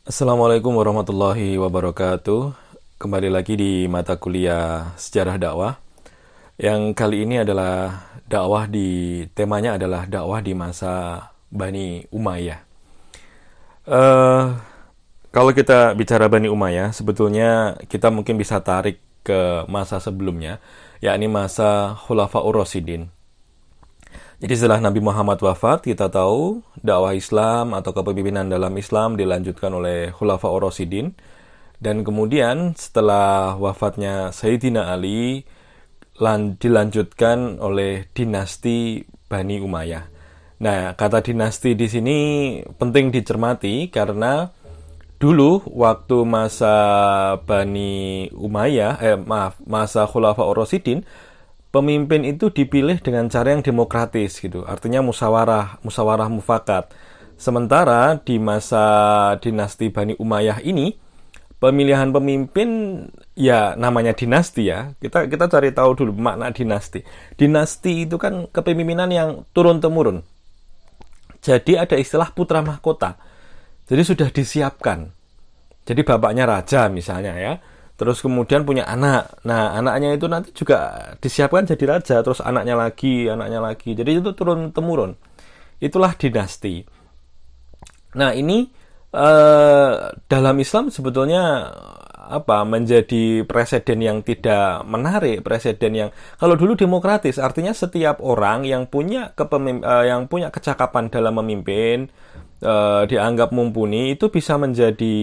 Assalamualaikum warahmatullahi wabarakatuh. Kembali lagi di mata kuliah Sejarah Dakwah. Yang kali ini adalah temanya adalah dakwah di masa Bani Umayyah. Eh, Kalau kita bicara Bani Umayyah, sebetulnya kita mungkin bisa tarik ke masa sebelumnya, yakni masa Khulafaur Rasyidin. Jadi setelah Nabi Muhammad wafat, kita tahu dakwah Islam atau kepemimpinan dalam Islam dilanjutkan oleh Khulafaur Rasyidin. Dan kemudian setelah wafatnya Sayyidina Ali, dilanjutkan oleh dinasti Bani Umayyah. Nah, kata dinasti di sini penting dicermati karena dulu waktu masa Bani Umayyah, masa Khulafaur Rasyidin, pemimpin itu dipilih dengan cara yang demokratis gitu. Artinya musyawarah mufakat. Sementara di masa dinasti Bani Umayyah ini, pemilihan pemimpin ya namanya dinasti ya. Kita cari tahu dulu makna dinasti. Dinasti itu kan kepemimpinan yang turun temurun. Jadi ada istilah putra mahkota. Jadi sudah disiapkan. Jadi bapaknya raja misalnya ya. Terus kemudian punya anak. Nah, anaknya itu nanti juga disiapkan jadi raja. Terus anaknya lagi, anaknya lagi. Jadi itu turun temurun. Itulah dinasti. Nah, ini dalam Islam sebetulnya menjadi presiden yang tidak menarik, presiden yang kalau dulu demokratis, artinya setiap orang yang punya yang punya kecakapan dalam memimpin, dianggap mumpuni, itu bisa menjadi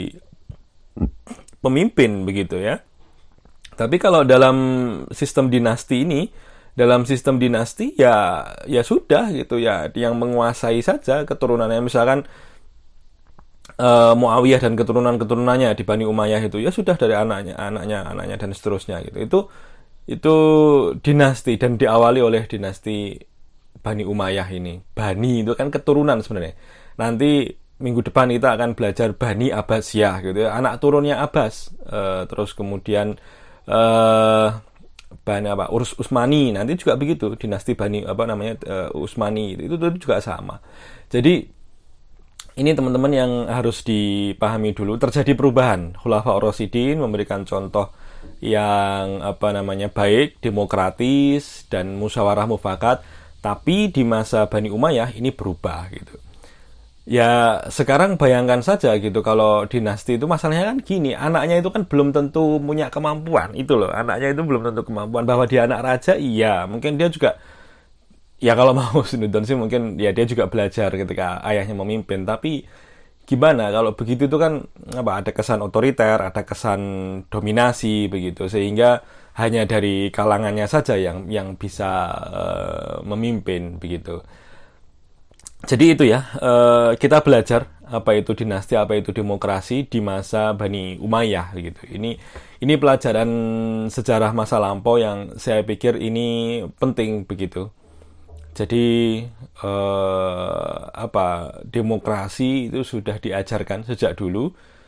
pemimpin begitu ya. Tapi kalau dalam sistem dinasti ini, dalam sistem dinasti ya sudah gitu ya, yang menguasai saja keturunannya. Misalkan Muawiyah dan keturunan-keturunannya di Bani Umayyah itu ya sudah dari anaknya dan seterusnya gitu. Itu dinasti dan diawali oleh dinasti Bani Umayyah ini. Bani itu kan keturunan sebenarnya. Nanti minggu depan kita akan belajar Bani Abbasiyah gitu ya. Anak turunnya Abbas. Terus kemudian Bani Utsmani nanti juga begitu, dinasti Bani Utsmani itu juga sama. Jadi ini teman-teman yang harus dipahami dulu, terjadi perubahan. Khulafaur Rasyidin memberikan contoh yang baik, demokratis dan musyawarah mufakat, tapi di masa Bani Umayyah ini berubah gitu. Ya sekarang bayangkan saja gitu, kalau dinasti itu masalahnya kan gini, anaknya itu kan belum tentu punya kemampuan itu loh, anaknya itu belum tentu kemampuan. Bahwa dia anak raja, iya mungkin dia juga ya kalau mau sunudon sih mungkin ya dia juga belajar ketika ayahnya memimpin. Tapi gimana kalau begitu itu kan ada kesan otoriter, ada kesan dominasi begitu, sehingga hanya dari kalangannya saja yang bisa memimpin begitu. Jadi itu ya, kita belajar apa itu dinasti, apa itu demokrasi di masa Bani Umayyah gitu. Ini pelajaran sejarah masa lampau yang saya pikir ini penting begitu. Jadi demokrasi itu sudah diajarkan sejak dulu,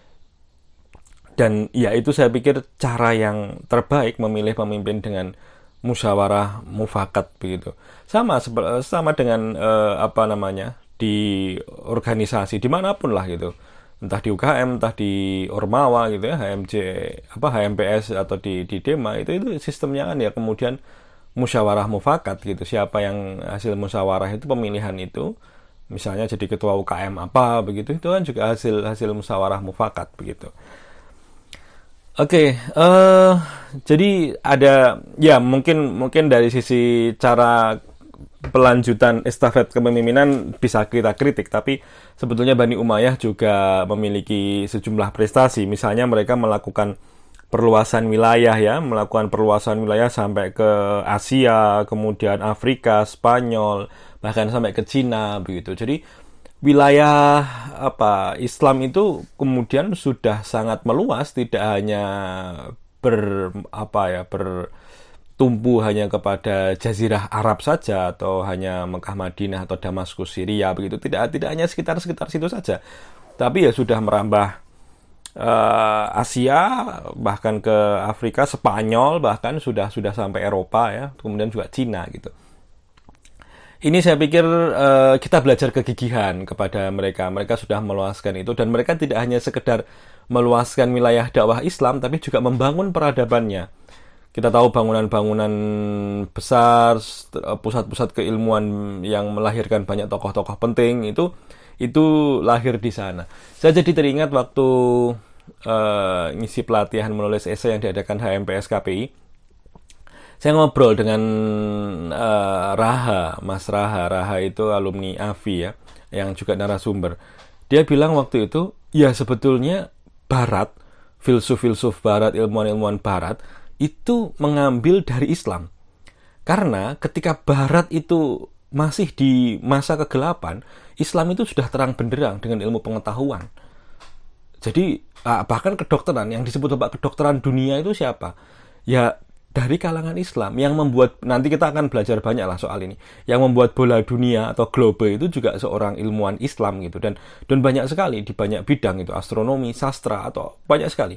dan ya itu saya pikir cara yang terbaik memilih pemimpin dengan musyawarah mufakat begitu. Sama dengan di organisasi dimanapun lah gitu, entah di UKM, entah di Ormawa gitu ya, HMJ HMPS atau di Dema, itu sistemnya kan ya kemudian musyawarah mufakat gitu. Siapa yang hasil musyawarah itu, pemilihan itu misalnya jadi ketua UKM begitu, itu kan juga hasil musyawarah mufakat begitu. Oke, jadi ada ya mungkin dari sisi cara pelanjutan estafet kepemimpinan bisa kita kritik, tapi sebetulnya Bani Umayyah juga memiliki sejumlah prestasi. Misalnya mereka melakukan melakukan perluasan wilayah sampai ke Asia, kemudian Afrika, Spanyol, bahkan sampai ke Cina begitu. Jadi wilayah Islam itu kemudian sudah sangat meluas, tidak hanya bertumbuh hanya kepada Jazirah Arab saja, atau hanya Mekah, Madinah, atau Damaskus, Syria begitu. Tidak hanya sekitar situ saja, tapi ya sudah merambah Asia, bahkan ke Afrika, Spanyol, bahkan sudah sampai Eropa ya, kemudian juga Cina gitu. Ini saya pikir kita belajar kegigihan kepada mereka. Mereka sudah meluaskan itu dan mereka tidak hanya sekedar meluaskan wilayah dakwah Islam, tapi juga membangun peradabannya. Kita tahu bangunan-bangunan besar, pusat-pusat keilmuan yang melahirkan banyak tokoh-tokoh penting itu lahir di sana. Saya jadi teringat waktu ngisi pelatihan menulis esai yang diadakan HMPS KPI. Saya ngobrol dengan Raha, Mas Raha. Raha itu alumni AFI ya, yang juga narasumber. Dia bilang waktu itu, ya sebetulnya Barat, filsuf-filsuf Barat, ilmuwan-ilmuwan Barat, itu mengambil dari Islam. Karena ketika Barat itu masih di masa kegelapan, Islam itu sudah terang benderang dengan ilmu pengetahuan. Jadi bahkan kedokteran, yang disebut kedokteran dunia itu siapa? Ya dari kalangan Islam yang membuat, nanti kita akan belajar banyak lah soal ini, yang membuat bola dunia atau globe itu juga seorang ilmuwan Islam gitu, dan banyak sekali di banyak bidang itu, astronomi, sastra, atau banyak sekali.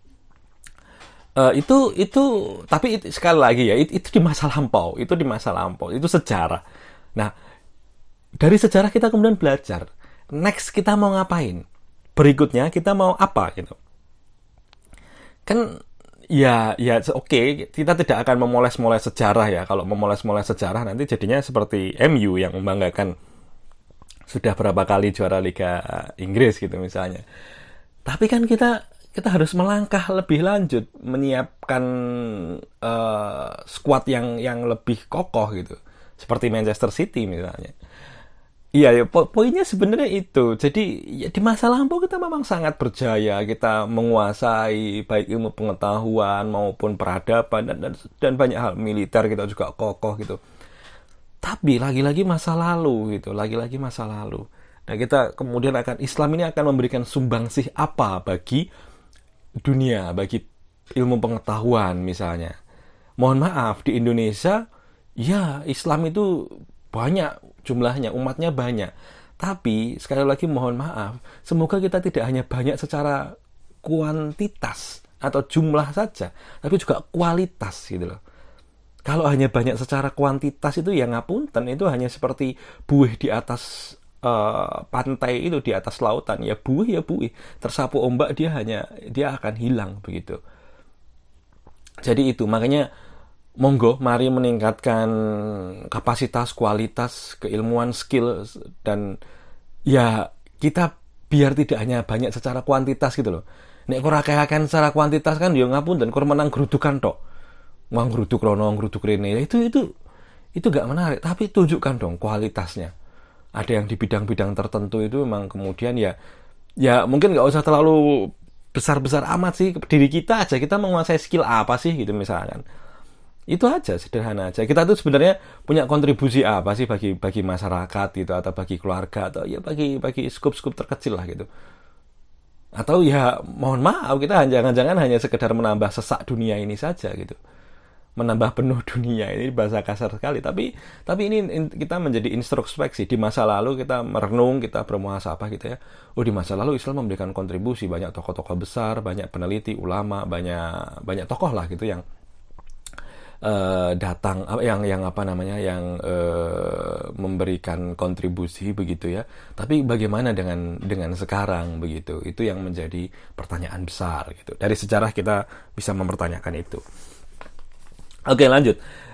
Tapi sekali lagi ya, itu di masa lampau, itu sejarah. Nah, dari sejarah kita kemudian belajar, next kita mau ngapain, berikutnya kita mau apa gitu. Kan ya oke, kita tidak akan memoles-moles sejarah ya. Kalau memoles-moles sejarah nanti jadinya seperti MU yang membanggakan sudah berapa kali juara Liga Inggris gitu misalnya. Tapi kan kita harus melangkah lebih lanjut, menyiapkan skuad yang lebih kokoh gitu. Seperti Manchester City misalnya. Iya, ya, poinnya sebenarnya itu. Jadi ya, di masa lampau kita memang sangat berjaya, kita menguasai baik ilmu pengetahuan maupun peradaban dan banyak hal, militer kita juga kokoh gitu. Tapi lagi-lagi masa lalu gitu, lagi-lagi masa lalu. Nah, kita kemudian Islam ini akan memberikan sumbangsih apa bagi dunia, bagi ilmu pengetahuan misalnya. Mohon maaf, di Indonesia ya Islam itu banyak jumlahnya, umatnya banyak. Tapi sekali lagi mohon maaf, semoga kita tidak hanya banyak secara kuantitas atau jumlah saja, tapi juga kualitas gitu loh. Kalau hanya banyak secara kuantitas itu ya ngapunten, itu hanya seperti buih di atas pantai itu, di atas lautan, ya buih, tersapu ombak dia akan hilang begitu. Jadi itu makanya monggo, mari meningkatkan kapasitas, kualitas, keilmuan, skill, dan ya kita biar tidak hanya banyak secara kuantitas gitu loh. Nek ora kayakan secara kuantitas kan ya ngapunten, kur menang gerudukan tok. Wong geruduk rono, geruduk rene. Itu gak menarik, tapi tunjukkan dong kualitasnya. Ada yang di bidang-bidang tertentu itu memang kemudian ya mungkin gak usah terlalu besar-besar amat sih, diri kita aja, kita menguasai skill apa sih gitu misalkan. Itu aja, sederhana aja. Kita tuh sebenarnya punya kontribusi apa sih bagi masyarakat gitu, atau bagi keluarga, atau ya bagi skup-skup terkecil lah gitu. Atau ya mohon maaf, kita jangan-jangan hanya sekedar menambah sesak dunia ini saja gitu. Menambah penuh dunia, ini bahasa kasar sekali, tapi ini kita menjadi introspeksi. Di masa lalu kita merenung, kita bermuhasabah gitu ya. Di masa lalu Islam memberikan kontribusi, banyak tokoh-tokoh besar, banyak peneliti, ulama, banyak tokoh lah gitu yang datang, yang memberikan kontribusi begitu ya. Tapi bagaimana dengan sekarang begitu? Itu yang menjadi pertanyaan besar gitu. Dari sejarah kita bisa mempertanyakan itu. Oke, lanjut.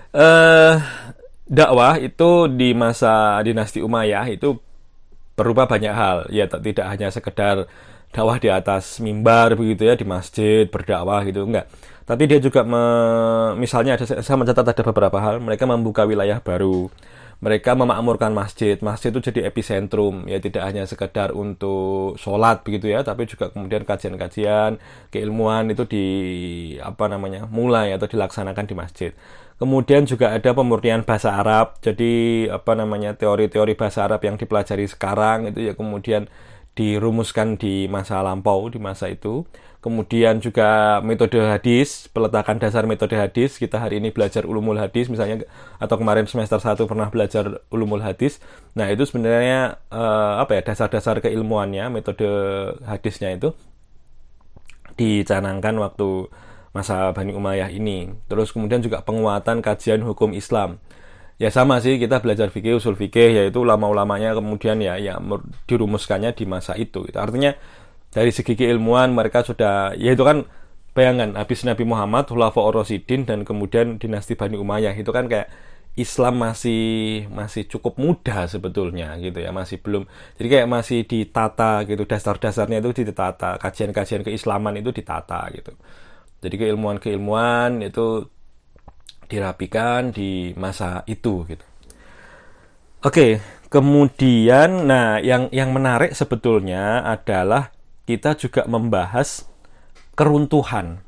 Dakwah itu di masa dinasti Umayyah itu berubah banyak hal. Ya, tidak hanya sekedar dakwah di atas mimbar begitu ya, di masjid berdakwah gitu, enggak. Tapi dia juga misalnya saya mencatat ada beberapa hal. Mereka membuka wilayah baru. Mereka memakmurkan masjid. Masjid itu jadi epicentrum, ya tidak hanya sekedar untuk sholat begitu ya, tapi juga kemudian kajian-kajian keilmuan itu mulai atau dilaksanakan di masjid. Kemudian juga ada pemurnian bahasa Arab. Jadi teori-teori bahasa Arab yang dipelajari sekarang itu ya kemudian dirumuskan di masa lampau, di masa itu. Kemudian juga metode hadis, peletakan dasar metode hadis. Kita hari ini belajar ulumul hadis misalnya, atau kemarin semester 1 pernah belajar ulumul hadis. Nah, itu sebenarnya dasar-dasar keilmuannya, metode hadisnya itu dicanangkan waktu masa Bani Umayyah ini. Terus kemudian juga penguatan kajian hukum Islam. Ya sama sih, kita belajar fikih, usul fikih, yaitu ulama-ulamanya kemudian ya dirumuskannya di masa itu gitu. Artinya dari segi keilmuan mereka sudah, ya itu kan bayangan habis Nabi Muhammad, Khulafaur Rasyidin, dan kemudian dinasti Bani Umayyah, itu kan kayak Islam masih cukup muda sebetulnya gitu ya, masih belum, jadi kayak masih ditata gitu, dasar-dasarnya itu ditata, kajian-kajian keislaman itu ditata gitu. Jadi keilmuan-keilmuan itu dirapikan di masa itu gitu. Oke, kemudian nah yang menarik sebetulnya adalah kita juga membahas keruntuhan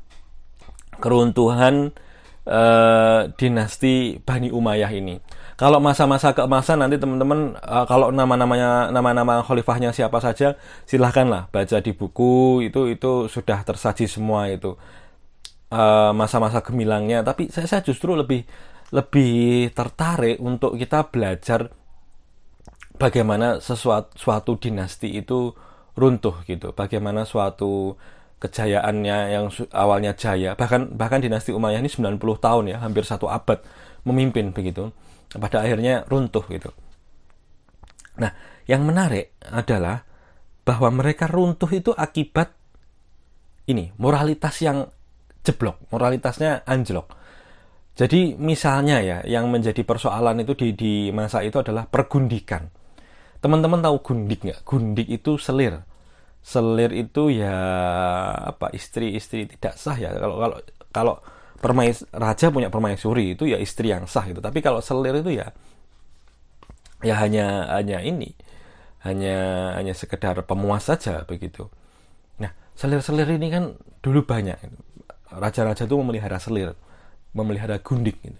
dinasti Bani Umayyah ini. Kalau masa-masa keemasan nanti teman-teman kalau nama-nama khalifahnya siapa saja silahkanlah baca di buku, itu sudah tersaji semua itu masa-masa gemilangnya. Tapi saya justru lebih tertarik untuk kita belajar bagaimana suatu dinasti itu runtuh gitu, bagaimana suatu kejayaannya yang awalnya jaya, bahkan dinasti Umayyah ini 90 tahun ya, hampir 1 abad memimpin begitu, pada akhirnya runtuh gitu. Nah, yang menarik adalah bahwa mereka runtuh itu akibat ini, moralitas yang jeblok, moralitasnya anjlok. Jadi misalnya ya, yang menjadi persoalan itu di masa itu adalah pergundikan. Teman-teman tahu gundik nggak? Gundik itu selir. Selir itu ya apa, istri tidak sah ya. Kalau raja punya permaisuri itu ya istri yang sah gitu. Tapi kalau selir itu ya hanya ini, hanya sekedar pemuas saja begitu. Nah, selir-selir ini kan dulu banyak. Raja-raja itu memelihara selir, memelihara gundik gitu.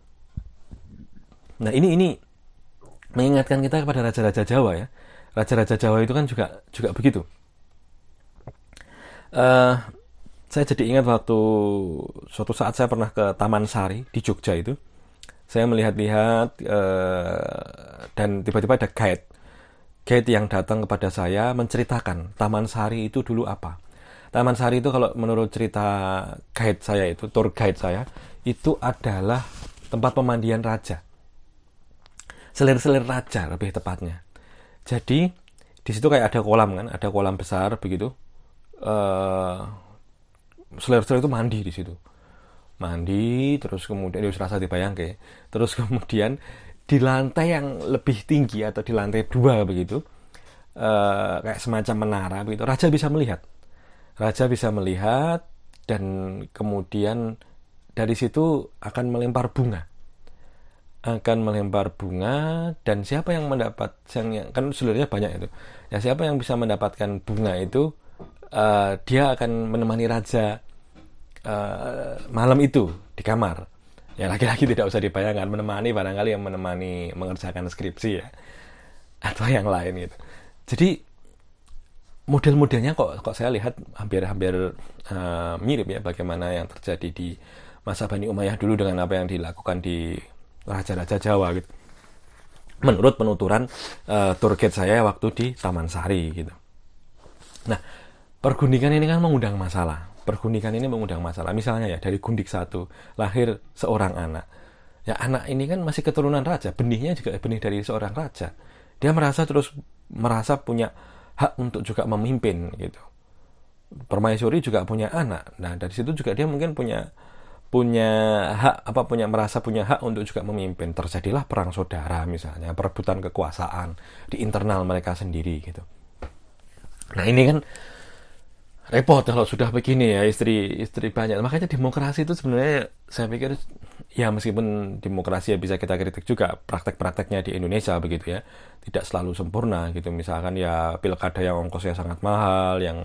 Nah, ini mengingatkan kita kepada raja-raja Jawa ya. Raja-raja Jawa itu kan juga begitu. Saya jadi ingat waktu suatu saat saya pernah ke Taman Sari di Jogja itu. Saya melihat-lihat dan tiba-tiba ada guide yang datang kepada saya menceritakan Taman Sari itu dulu apa. Taman Sari itu kalau menurut cerita guide saya itu, tour guide saya, itu adalah tempat pemandian raja. Selir-selir raja lebih tepatnya. Jadi di situ kayak ada kolam kan, ada kolam besar begitu. Selir-selir itu mandi di situ. Mandi terus kemudian itu serasa dibayangke. Terus kemudian di lantai yang lebih tinggi atau di lantai 2 begitu, kayak semacam menara begitu, raja bisa melihat. Raja bisa melihat dan kemudian dari situ akan melempar bunga. Dan siapa yang mendapat, kan seluruhnya banyak itu ya, siapa yang bisa mendapatkan bunga itu, dia akan menemani raja malam itu di kamar ya. Laki-laki tidak usah dibayangkan, menemani barangkali yang menemani mengerjakan skripsi ya, atau yang lain gitu. Jadi model-modelnya kok saya lihat hampir mirip ya, bagaimana yang terjadi di masa Bani Umayyah dulu dengan apa yang dilakukan di raja-raja Jawa gitu. Menurut penuturan tour guide saya waktu di Taman Sari gitu. Nah, pergundikan ini kan mengundang masalah. Misalnya ya, dari gundik 1 lahir seorang anak. Ya, anak ini kan masih keturunan raja, benihnya juga benih dari seorang raja. Dia merasa punya hak untuk juga memimpin gitu. Permaisuri juga punya anak. Nah, dari situ juga dia mungkin punya hak, merasa punya hak untuk juga memimpin. Terjadilah perang saudara misalnya, perebutan kekuasaan di internal mereka sendiri gitu. Nah, ini kan repot kalau sudah begini ya, istri banyak. Makanya demokrasi itu sebenarnya saya pikir ya, meskipun demokrasi ya bisa kita kritik juga praktek-prakteknya di Indonesia begitu ya, tidak selalu sempurna gitu. Misalkan ya pilkada yang ongkosnya sangat mahal, yang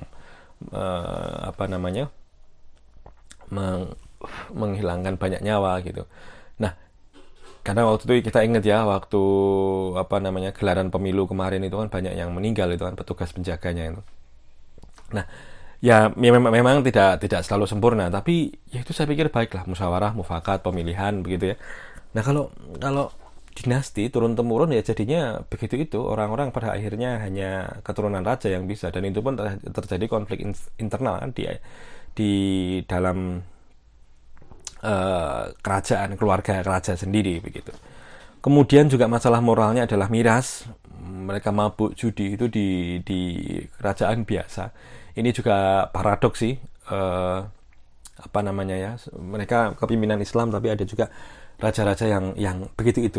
menghilangkan banyak nyawa gitu. Nah, karena waktu itu kita ingat ya, waktu gelaran pemilu kemarin itu kan banyak yang meninggal, itu kan petugas penjaganya itu. Nah, ya memang tidak selalu sempurna, tapi ya itu saya pikir baiklah, musyawarah mufakat pemilihan begitu ya. Nah, kalau dinasti turun temurun ya jadinya begitu, itu orang-orang pada akhirnya hanya keturunan raja yang bisa, dan itu pun terjadi konflik internal kan di dalam kerajaan, keluarga raja sendiri begitu. Kemudian juga masalah moralnya adalah miras. Mereka mabuk judi itu di kerajaan biasa. Ini juga paradoks sih. Apa namanya ya? Mereka kepimpinan Islam tapi ada juga raja-raja yang begitu itu.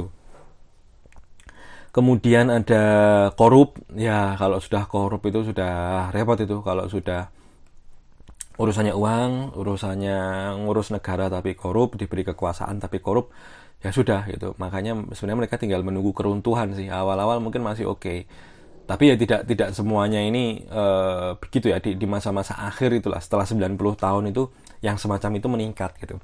Kemudian ada korup. Ya, kalau sudah korup itu sudah repot itu. Kalau sudah urusannya uang, urusannya ngurus negara tapi korup, diberi kekuasaan tapi korup, ya sudah gitu. Makanya sebenarnya mereka tinggal menunggu keruntuhan sih. Awal-awal mungkin masih oke. Tapi ya tidak semuanya ini begitu ya di masa-masa akhir itulah setelah 90 tahun itu yang semacam itu meningkat gitu.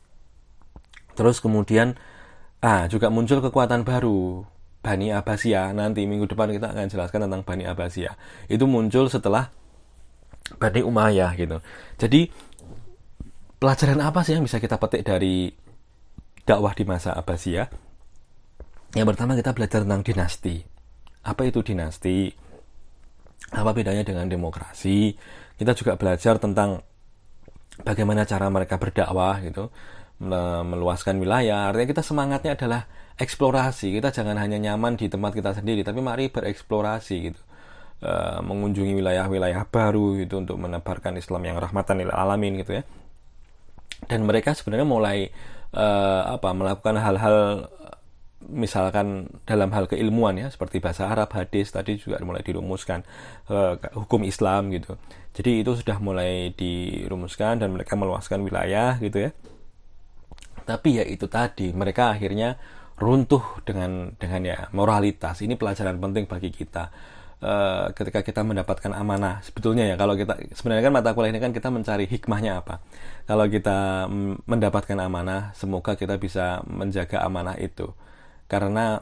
Terus kemudian juga muncul kekuatan baru, Bani Abbasiyah. Nanti minggu depan kita akan jelaskan tentang Bani Abbasiyah. Itu muncul setelah Bani Umayyah gitu. Jadi pelajaran apa sih yang bisa kita petik dari dakwah di masa Abbasiyah? Yang pertama kita belajar tentang dinasti. Apa itu dinasti? Apa bedanya dengan demokrasi? Kita juga belajar tentang bagaimana cara mereka berdakwah gitu, meluaskan wilayah. Artinya kita semangatnya adalah eksplorasi. Kita jangan hanya nyaman di tempat kita sendiri, tapi mari bereksplorasi gitu. Mengunjungi wilayah-wilayah baru gitu untuk menebarkan Islam yang rahmatan lil alamin gitu ya. Dan mereka sebenarnya mulai melakukan hal-hal misalkan dalam hal keilmuan ya, seperti bahasa Arab, hadis tadi juga mulai dirumuskan, hukum Islam gitu. Jadi itu sudah mulai dirumuskan dan mereka meluaskan wilayah gitu ya. Tapi ya itu tadi, mereka akhirnya runtuh dengan ya moralitas. Ini pelajaran penting bagi kita. Ketika kita mendapatkan amanah, sebetulnya ya, kalau kita sebenarnya kan mata kuliah ini kan kita mencari hikmahnya apa. Kalau kita mendapatkan amanah, semoga kita bisa menjaga amanah itu, karena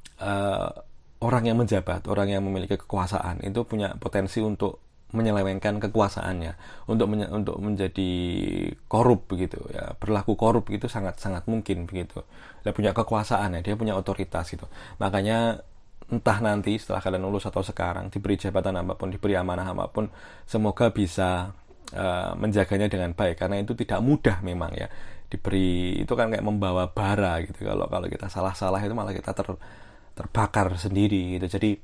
orang yang menjabat, orang yang memiliki kekuasaan itu punya potensi untuk menyelewengkan kekuasaannya, untuk menjadi korup begitu ya, berlaku korup gitu sangat mungkin begitu. Dia punya kekuasaan ya, dia punya otoritas gitu. Makanya entah nanti setelah kalian lulus atau sekarang diberi jabatan apapun, diberi amanah apapun, semoga bisa menjaganya dengan baik, karena itu tidak mudah memang ya. Diberi itu kan kayak membawa bara gitu. Kalau kita salah itu malah kita terbakar sendiri gitu. Jadi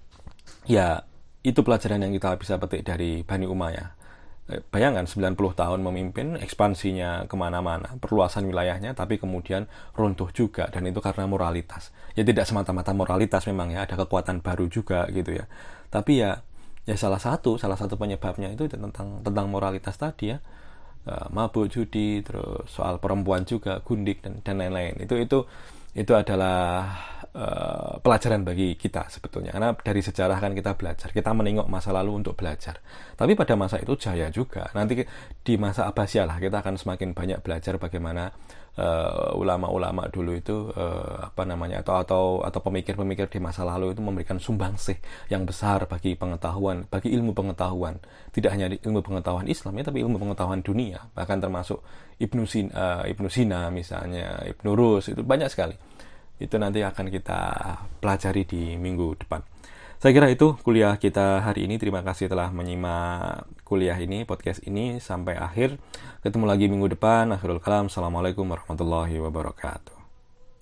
ya itu pelajaran yang kita bisa petik dari Bani Umayyah. Bayangkan 90 tahun memimpin, ekspansinya kemana-mana, perluasan wilayahnya, tapi kemudian runtuh juga, dan itu karena moralitas. Ya tidak semata-mata moralitas memang ya, ada kekuatan baru juga gitu ya. Tapi ya salah satu penyebabnya itu tentang moralitas tadi ya. Mabuk judi, terus soal perempuan juga, gundik dan lain-lain. Itu adalah pelajaran bagi kita sebetulnya, karena dari sejarah kan kita belajar, kita menengok masa lalu untuk belajar. Tapi pada masa itu jaya juga. Nanti di masa Abbasiyah lah kita akan semakin banyak belajar bagaimana ulama-ulama dulu itu atau pemikir-pemikir di masa lalu itu memberikan sumbangsih yang besar bagi pengetahuan, bagi ilmu pengetahuan, tidak hanya ilmu pengetahuan Islam ya, tapi ilmu pengetahuan dunia, bahkan termasuk Ibnu Sina misalnya, Ibnu Rus, itu banyak sekali. Itu nanti akan kita pelajari di minggu depan. Saya kira itu kuliah kita hari ini. Terima kasih telah menyimak kuliah ini, podcast ini sampai akhir. Ketemu lagi minggu depan. Akhirul kalam. Assalamualaikum warahmatullahi wabarakatuh.